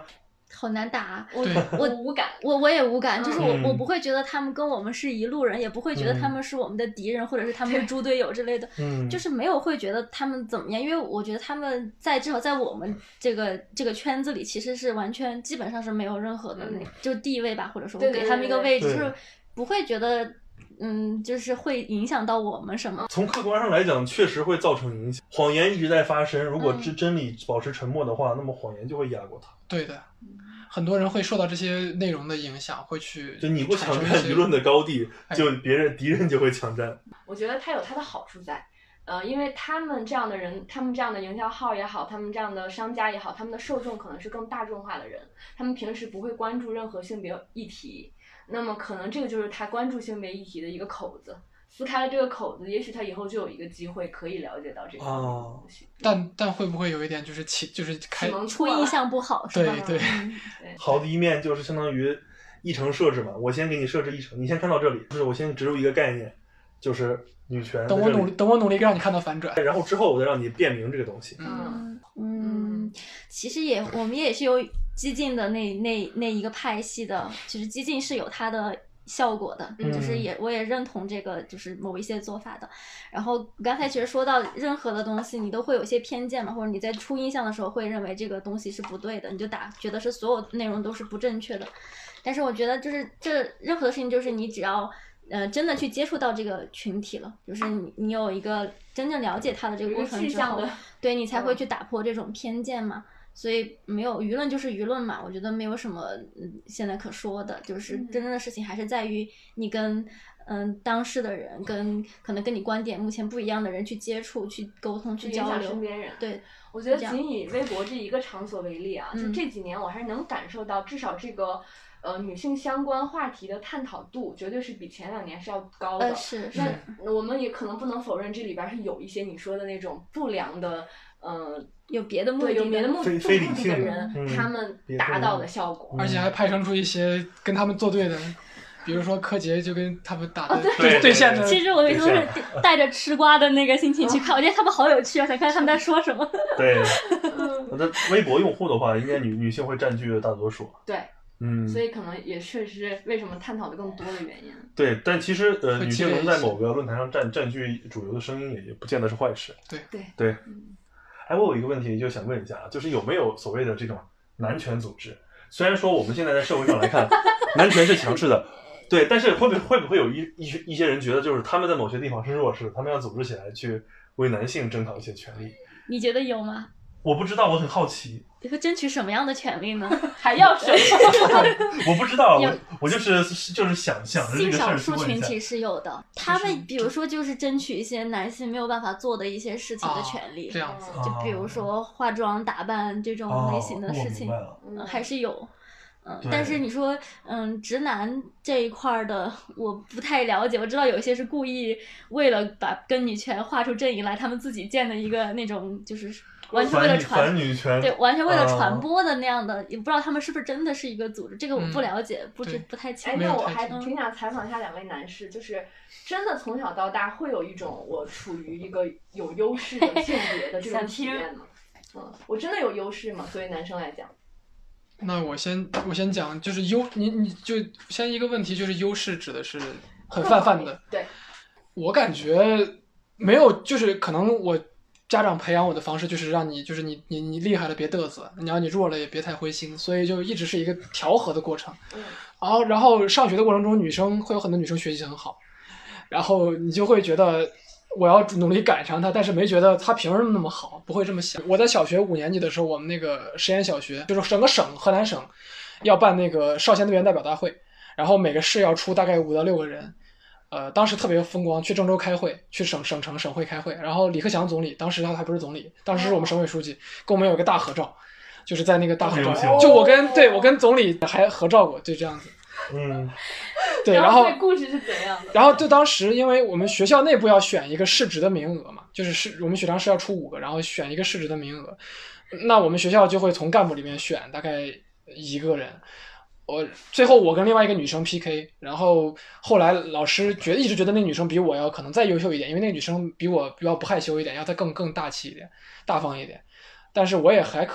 好难打。 我我无感， 我我也无感，就是我、 嗯、 我不会觉得他们跟我们是一路人，也不会觉得他们是我们的敌人，嗯、或者是他们是猪队友之类的， 嗯， 就是没有会觉得他们怎么样，因为我觉得他们在至少在我们这个这个圈子里，其实是完全基本上是没有任何的那、嗯、就地位吧，或者说我给他们一个位置，就是不会觉得。嗯，就是会影响到我们什么？ 从客观上来讲，确实会造成影响。谎言一直在发生，如果真真理保持沉默的话，嗯、那么谎言就会压过它。 对的，很多人会受到这些内容的影响，会去就你不抢占舆论的高地，就别人敌人就会抢占。 我觉得它有它的好处在，呃，因为他们这样的人，他们这样的营销号也好，他们这样的商家也好，他们的受众可能是更大众化的人，他们平时不会关注任何性别议题。那么可能这个就是他关注性别议题的一个口子，撕开了这个口子，也许他以后就有一个机会可以了解到这个东西。 哦、但但会不会有一点就是起就是开初印象不好是吧？ 对对、 嗯、对。 好的一面就是相当于议程设置嘛，我先给你设置议程，你先看到这里，就是我先植入一个概念，就是女权。 等我努力，等我努力让你看到反转， 然后之后我再让你辨明这个东西。 嗯嗯，其实也我们也是有。激进的那那那一个派系的，其实激进是有它的效果的， 嗯、 就是也我也认同这个就是某一些做法的。然后刚才其实说到任何的东西，你都会有一些偏见嘛，或者你在初印象的时候会认为这个东西是不对的，你就打觉得是所有内容都是不正确的。但是我觉得就是这任何的事情，就是你只要呃真的去接触到这个群体了，就是你你有一个真正了解它的这个过程之后，对你才会去打破这种偏见嘛。所以没有舆论就是舆论嘛，我觉得没有什么嗯现在可说的，就是真正的事情还是在于你跟嗯当事的人，跟可能跟你观点目前不一样的人去接触、去沟通、去交流。 身边人。 对， 我觉得仅以微博这一个场所为例啊，就这几年我还是能感受到，至少这个呃女性相关话题的探讨度绝对是比前两年是要高的。 呃、是是。 那我们也可能不能否认这里边是有一些你说的那种不良的。嗯、呃， 有别的目的， 有别的目的， 非理性的人、 嗯， 他们达到的效果， 而且还派生出一些跟他们作对的，比如说柯洁就跟他们打的、 哦、 对对线的。 其实我有时候是带着吃瓜的那个心情去看，我觉得他们好有趣啊，想看他们在说什么。 对，那微博用户的话，应该女女性会占据大多数。 对。 嗯， 所以可能也确实为什么探讨的更多的原因。 对，但其实呃，女性能在某个论坛上占占据主流的声音也，也不见得是坏事。 对对对。 嗯哎，我有一个问题就想问一下，就是有没有所谓的这种男权组织？虽然说我们现在在社会上来看，男权是强势的，对，但是会不会会不会有一一些一些人觉得，就是他们在某些地方是弱势，他们要组织起来去为男性争讨一些权利？ 你觉得有吗？ 我不知道，我很好奇。 你会争取什么样的权利呢？ 还要什么？ 我不知道，我我就是就是想想着这个事儿。 性少数群体是有的，他们比如说就是争取一些男性没有办法做的一些事情的权利， 哦、这样子， 就比如说化妆打扮这种类型的事情， 哦嗯、还是有。嗯，但是你说，嗯，直男这一块的我不太了解。我知道有些是故意为了把跟女权划出阵营来，他们自己建的一个那种就是完全为了传反女权， 对，完全为了传播的那样的，呃、也不知道他们是不是真的是一个组织，这个我不了解， 嗯、 不知不太清楚。哎，那我还嗯挺想采访一下两位男士，就是真的从小到大会有一种我处于一个有优势的性别的这种体验吗？嗯，我真的有优势吗？作为男生来讲？ 那我先我先讲，就是优你你就先一个问题，就是优势指的是很泛泛的。 对， 我感觉没有，就是可能我家长培养我的方式就是让你就是你你你厉害了别嘚瑟，你要你弱了也别太灰心，所以就一直是一个调和的过程。 嗯。 然后然后上学的过程中，女生会有很多女生学习很好，然后你就会觉得我要努力赶上她，但是没觉得她凭什么那么好，不会这么想。我在小学五年级的时候，我们那个实验小学就是整个省河南省要办那个少先队员代表大会，然后每个市要出大概五到六个人，呃，当时特别风光，去郑州开会，去省省城省会开会，然后李克强总理当时他还不是总理，当时是我们省委书记，跟我们有一个大合照，就是在那个大合照，就我跟对我跟总理还合照过，就这样子。 嗯， 对，然后故事是怎样的？ 然后就当时因为我们学校内部要选一个市直的名额嘛，就是是我们学堂是要出五个，然后选一个市直的名额，那我们学校就会从干部里面选大概一个人。我最后我跟另外一个女生 P K， 然后后来老师觉得一直觉得那女生比我要可能再优秀一点，因为那个女生比我比较不害羞一点，要再更更大气一点，大方一点，但是我也还可以。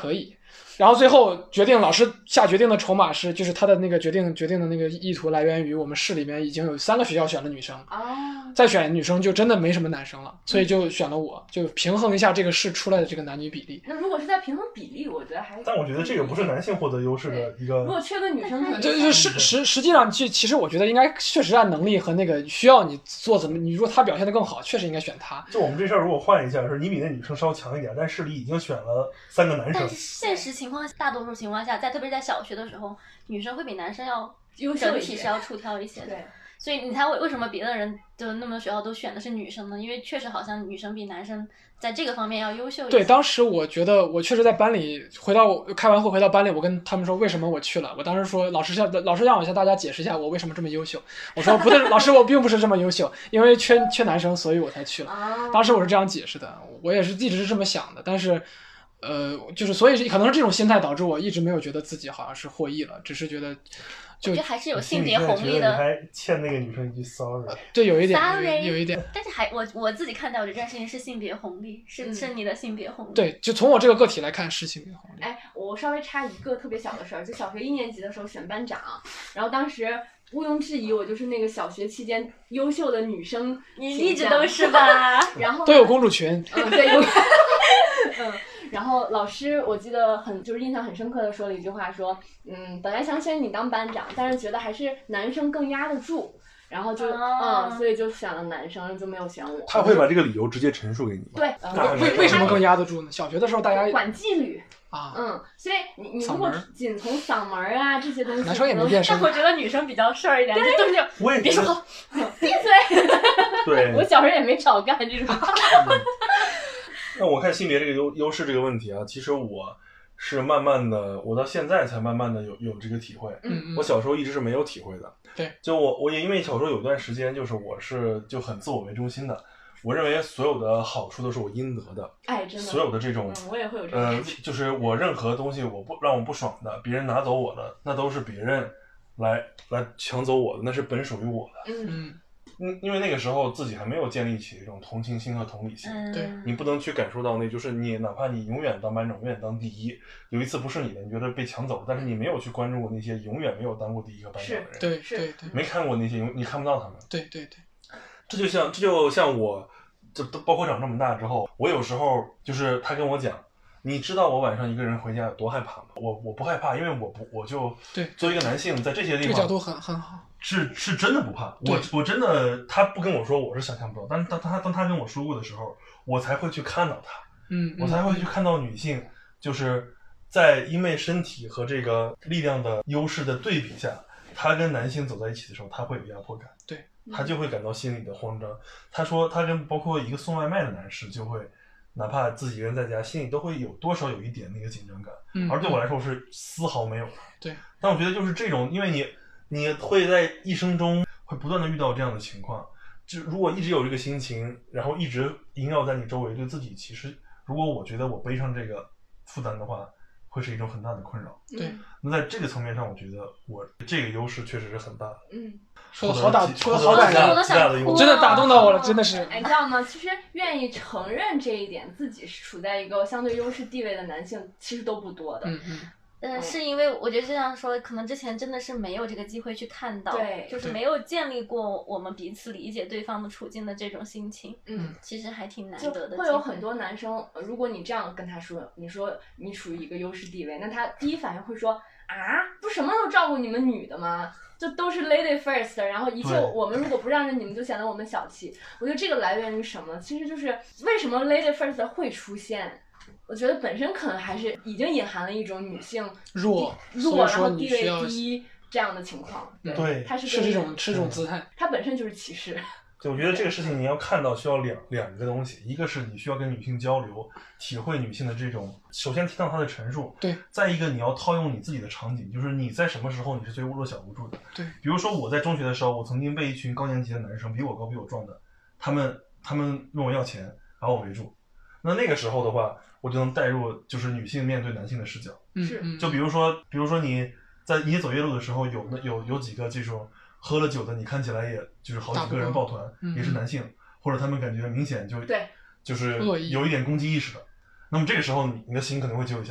然后最后决定老师下决定的筹码是，就是他的那个决定决定的那个意图来源于我们市里面已经有三个学校选了女生， 哦， 再选女生就真的没什么男生了，所以就选了我，就平衡一下这个市出来的这个男女比例。 那如果是在平衡比例，我觉得还， 但我觉得这个不是男性获得优势的一个。 如果缺个女生可能， 就就是实实际上，其其实我觉得应该确实按能力和那个需要你做怎么，你如果他表现得更好，确实应该选他。 就我们这事儿如果换一下，是你比那女生稍强一点，但市里已经选了三个男生。 但是现实情况下，大多数情况下，在特别是在小学的时候，女生会比男生要优秀一些整体是要出挑一些的。 对， 所以你猜为为什么别的人就那么多学校都选的是女生呢？因为确实好像女生比男生在这个方面要优秀一些。 对，当时我觉得我确实在班里，回到开完会回到班里，我跟他们说为什么我去了。我当时说老师向老师让我向大家解释一下我为什么这么优秀。我说不对，老师我并不是这么优秀，因为缺缺男生，所以我才去了。 啊， 当时我是这样解释的，我也是一直是这么想的，但是。呃，就是所以可能是这种心态导致我一直没有觉得自己好像是获益了，只是觉得就我觉得还是有性别红利的。 你还欠那个女生一句 sorry。 对，有一点 Sorry 有一点。 但是还我我自己看待我这件事情是性别红利，是、 嗯、 是你的性别红利。 对，就从我这个个体来看是性别红利。 哎，我稍微插一个特别小的事儿，就小学一年级的时候选班长，然后当时毋庸置疑我就是那个小学期间优秀的女生， 你一直都是吧？ 然后都有公主裙。 嗯，对，有。嗯，然后老师我记得很就是印象很深刻的说了一句话，说，嗯，本来想选你当班长，但是觉得还是男生更压得住，然后就、 哦、 嗯，所以就选了男生，就没有选我。 他会把这个理由直接陈述给你吗？ 对， 呃、为为什么更压得住呢？小学的时候大家管纪律。 啊， 嗯，所以你你如果仅从嗓门啊这些东西， 男生也没变声。 但我觉得女生比较事儿一点，就都是我也别说话， 闭嘴。 对， 我小时候也没少干这种。 嗯那我看性别这个优优势这个问题啊，其实我是慢慢的，我到现在才慢慢的有有这个体会。 嗯， 我小时候一直是没有体会的。 对， 就我我也因为小时候有段时间，就是我是就很自我为中心的，我认为所有的好处都是我应得的。 哎，真的。所有的这种， 嗯、我也会有这种呃，就是我任何东西我不让我不爽的，别人拿走我的，那都是别人来来抢走我的，那是本属于我的。 嗯。 嗯，因为那个时候自己还没有建立起这种同情心和同理心， 嗯、 对， 你不能去感受到那就是你哪怕你永远当班长，永远当第一，有一次不是你的，你觉得被抢走了，但是你没有去关注过那些永远没有当过第一个班长的人， 对对对， 没看过那些，你看不到他们， 对对对， 这就像这就像我，这都包括长这么大之后，我有时候就是他跟我讲。你知道我晚上一个人回家有多害怕吗？我我不害怕，因为我不我就对作为一个男性，在这些地方这个角度很很好， 是是真的不怕。我我真的他不跟我说，我是想象不到。但是当他当他跟我说过的时候，我才会去看到他， 嗯， 我才会去看到女性，就是在因为身体和这个力量的优势的对比下，她跟男性走在一起的时候，她会有压迫感， 对， 她就会感到心里的慌张。他说他跟包括一个送外卖的男士就会。哪怕自己一个人在家，心里都会有多少有一点那个紧张感， 嗯、 而对我来说是丝毫没有的。 对， 但我觉得就是这种，因为你你会在一生中会不断的遇到这样的情况，就如果一直有这个心情，然后一直萦绕在你周围，对自己其实，如果我觉得我背上这个负担的话，会是一种很大的困扰。 对， 那在这个层面上，我觉得我这个优势确实是很大的。 嗯。 说的好打，说的好感人， 真的打动到我了，真的是。 哎，你知道吗？其实愿意承认这一点，自己是处在一个相对优势地位的男性，其实都不多的。 嗯嗯。 嗯，是因为我觉得这样说，可能之前真的是没有这个机会去看到， 对， 就是没有建立过我们彼此理解对方的处境的这种心情。 嗯， 其实还挺难得的。 会有很多男生，如果你这样跟他说，你说你处于一个优势地位，那他第一反应会说啊，不什么都照顾你们女的吗？就都是 lady first， 然后一切我们如果不让着你们，就显得我们小气。我觉得这个来源于什么？其实就是为什么 lady first 会出现？我觉得本身可能还是已经隐含了一种女性弱弱，然后地位低这样的情况。对， 对它是是这种是这种姿态， 它本身就是歧视。 对，我觉得这个事情你要看到需要两两个东西，一个是你需要跟女性交流，体会女性的这种，首先听到她的陈述， 对， 再一个你要套用你自己的场景，就是你在什么时候你是最弱小无助的， 对， 比如说我在中学的时候，我曾经被一群高年级的男生比我高比我壮的，他们他们问我要钱，把我围住，那那个时候的话，我就能带入就是女性面对男性的视角， 是， 就比如说比如说你在你走夜路的时候，有有有几个这种。喝了酒的，你看起来也就是好几个人抱团， 嗯、 也是男性，或者他们感觉明显就对， 就是有一点攻击意识的。那么这个时候你，你的心可能会揪一下。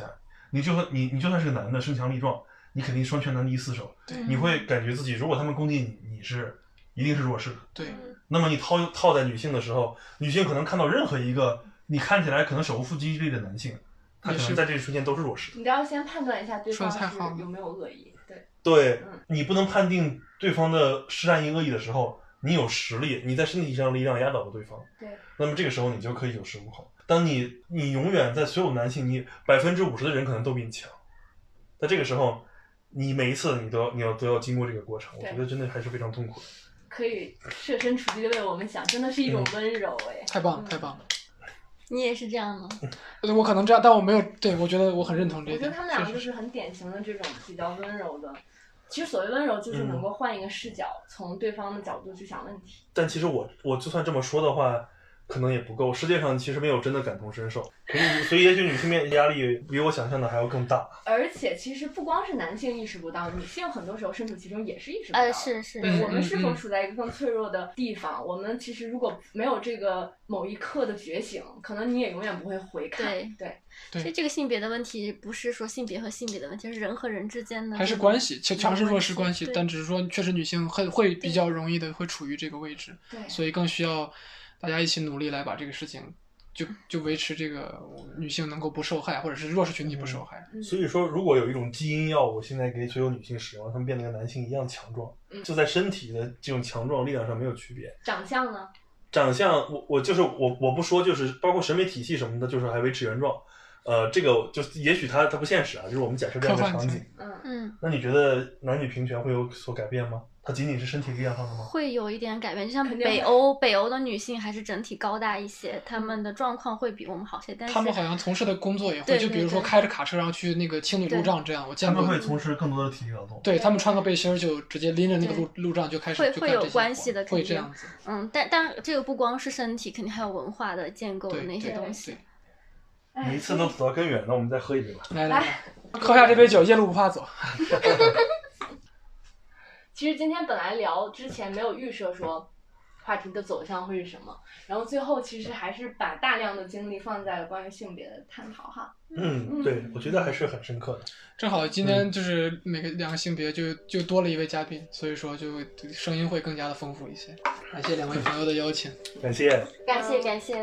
你就算你你就算是个男的，身强力壮，你肯定双拳难敌四手，你会感觉自己如果他们攻击你，你是一定是弱势的。 对。 那么你套套在女性的时候，女性可能看到任何一个你看起来可能手无缚鸡之力的男性，他可能在这一瞬间都是弱势的。 你都要先判断一下对方是有没有恶意。对对、嗯，你不能判定对方的是善意恶意的时候，你有实力，你在身体上的力量压倒了对方。 对， 那么这个时候你就可以有恃无恐。当你你永远在所有男性，你百分之五十的人可能都比你强，在这个时候，你每一次你都要你要都要经过这个过程，我觉得真的还是非常痛苦的。 可以设身处地的为我们想，真的是一种温柔哎、 嗯！太棒了，太棒了！ 你也是这样吗？ 我可能这样，但我没有。对，我觉得我很认同这一点。 我觉得他们两个就是很典型的这种比较温柔的。其实所谓温柔，就是能够换一个视角，嗯、从对方的角度去想问题。 但其实我我就算这么说的话，可能也不够。世界上其实没有真的感同身受，所以所以也许女性面压力比我想象的还要更大。 而且其实不光是男性意识不到，女性很多时候身处其中也是意识不到的。 呃，是是。 对，我们是否处在一个更脆弱的地方？嗯、我们其实如果没有这个某一刻的觉醒，可能你也永远不会回看。 对对。 所以这个性别的问题不是说性别和性别的问题，是人和人之间的还是关系，强势弱势关系。但只是说，确实女性会会比较容易的会处于这个位置，所以更需要大家一起努力来把这个事情就就维持这个女性能够不受害，或者是弱势群体不受害。 嗯、所以说，如果有一种基因药物现在给所有女性使用，她们变得跟男性一样强壮，嗯、就在身体的这种强壮力量上没有区别。 长相呢？ 长相，我我就是我我不说，就是包括审美体系什么的，就是还维持原状。呃，这个就也许它它不现实啊，就是我们假设这样的场景。 嗯嗯。 那你觉得男女平权会有所改变吗？它仅仅是身体力量上的吗？ 会有一点改变，就像北欧，北欧的女性还是整体高大一些，她们的状况会比我们好些。但是她们好像从事的工作也会，就比如说开着卡车然后去那个清理路障这样，我见过。 他们会从事更多的体力劳动。 对，他们穿个背心就直接拎着那个路路障就开始。 会会有关系的， 会这样子。 嗯，但但这个不光是身体，肯定还有文化的建构的那些东西。 每一次能走到根源，那我们再喝一杯吧。 来来来，喝下这杯酒，夜路不怕走。 其实今天本来聊之前没有预设说话题的走向会是什么，然后最后其实还是把大量的精力放在了关于性别的探讨哈。 嗯，对，我觉得还是很深刻的。 正好今天就是每个两个性别就就多了一位嘉宾，所以说就声音会更加的丰富一些。感谢两位朋友的邀请， 感谢， 感谢，感谢。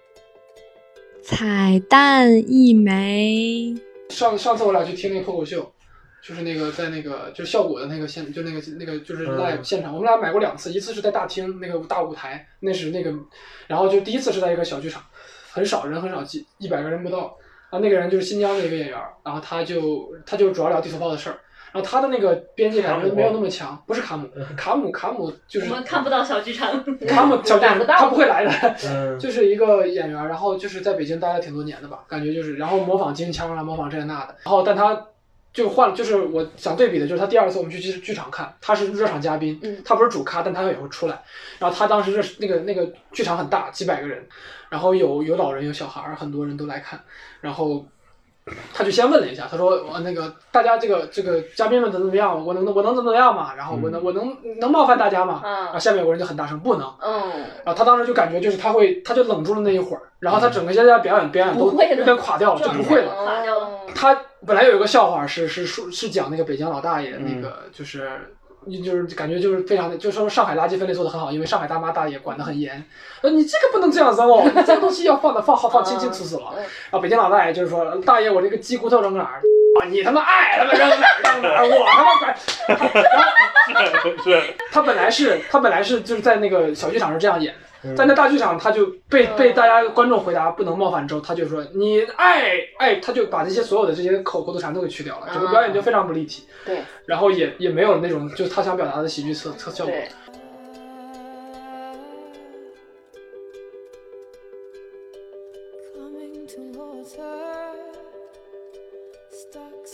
彩蛋一枚。 上上次我俩去听那个脱口秀，就是那个在那个就是效果的那个现，就那个那个就是 live 现场，嗯、我们俩买过两次，一次是在大厅那个大舞台，那是那个，然后就第一次是在一个小剧场，很少人很少，几一百个人不到，然后那个人就是新疆的一个演员，然后他就他就主要聊地图炮的事儿。然后他的那个边界感没有那么强，不是卡姆，卡姆卡姆就是我们看不到小剧场， 卡姆小剧场他不会来的， 嗯、 就是一个演员，然后就是在北京待了挺多年的吧，感觉就是，然后模仿京腔啊，模仿这那的，然后但他就换，就是我想对比的就是他第二次我们去剧剧场看，他是热场嘉宾， 嗯、 他不是主咖，但他也会出来，然后他当时热那个那个剧场很大，几百个人，然后有有老人有小孩，很多人都来看，然后。他就先问了一下，他说：“我那个大家这个这个嘉宾们怎么怎么样？我能我能怎么样嘛？然后我能、嗯、我能能冒犯大家吗？” 嗯、 然后下面有个人就很大声：“不能。” 嗯。 然后他当时就感觉就是他会，他就冷住了那一会儿，然后他整个现在表演表演都有点垮掉了，就不会了。 垮掉了。 他本来有一个笑话是是是是讲那个北京老大爷、嗯、那个就是。就是感觉就是非常的，就是说上海垃圾分类做得很好，因为上海大妈大爷管得很严。呃，你这个不能这样扔哦，你这个东西要放的放好放清清楚楚了。然后北京老大爷就是说，大爷我这个鸡骨头扔哪儿？啊，你他妈爱他妈扔哪儿扔哪儿，我他妈管。然后是， 他本来是他本来是就是在那个小剧场是这样演的，在那大剧场他就被被大家观众回答不能冒犯之后，他就说你爱爱，他就把这些所有的这些口口头禅都给去掉了，整个表演就非常不立体。 对， 然后也也没有那种就是他想表达的喜剧侧侧效果。 Stuck